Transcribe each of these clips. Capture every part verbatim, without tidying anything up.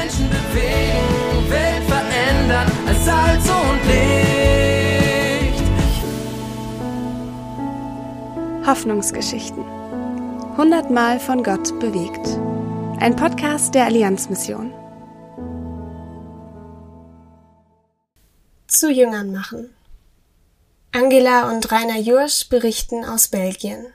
Menschen bewegen, Welt verändern, als Salz und Licht. Hoffnungsgeschichten. Hundertmal von Gott bewegt. Ein Podcast der Allianzmission. Zu Jüngern machen. Angela und Rainer Jursch berichten aus Belgien.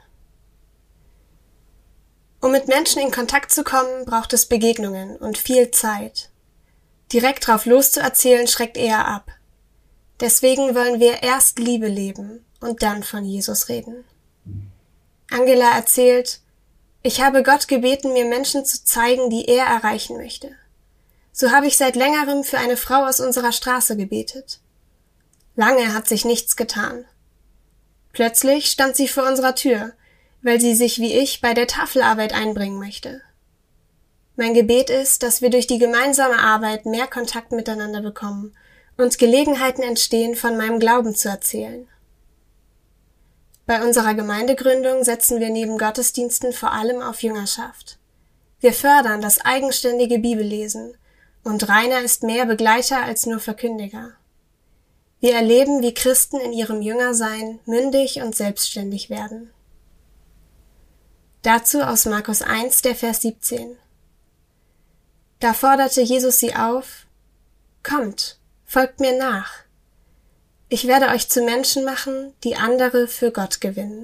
Um mit Menschen in Kontakt zu kommen, braucht es Begegnungen und viel Zeit. Direkt drauf loszuerzählen schreckt eher ab. Deswegen wollen wir erst Liebe leben und dann von Jesus reden. Angela erzählt: Ich habe Gott gebeten, mir Menschen zu zeigen, die er erreichen möchte. So habe ich seit längerem für eine Frau aus unserer Straße gebetet. Lange hat sich nichts getan. Plötzlich stand sie vor unserer Tür, weil sie sich wie ich bei der Tafelarbeit einbringen möchte. Mein Gebet ist, dass wir durch die gemeinsame Arbeit mehr Kontakt miteinander bekommen und Gelegenheiten entstehen, von meinem Glauben zu erzählen. Bei unserer Gemeindegründung setzen wir neben Gottesdiensten vor allem auf Jüngerschaft. Wir fördern das eigenständige Bibellesen und Rainer ist mehr Begleiter als nur Verkündiger. Wir erleben, wie Christen in ihrem Jüngersein mündig und selbstständig werden. Dazu aus Markus eins, der Vers siebzehn. Da forderte Jesus sie auf: Kommt, folgt mir nach. Ich werde euch zu Menschen machen, die andere für Gott gewinnen.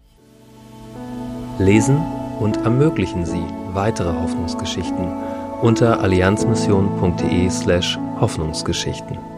Lesen und ermöglichen Sie weitere Hoffnungsgeschichten unter allianzmission punkt de slash Hoffnungsgeschichten.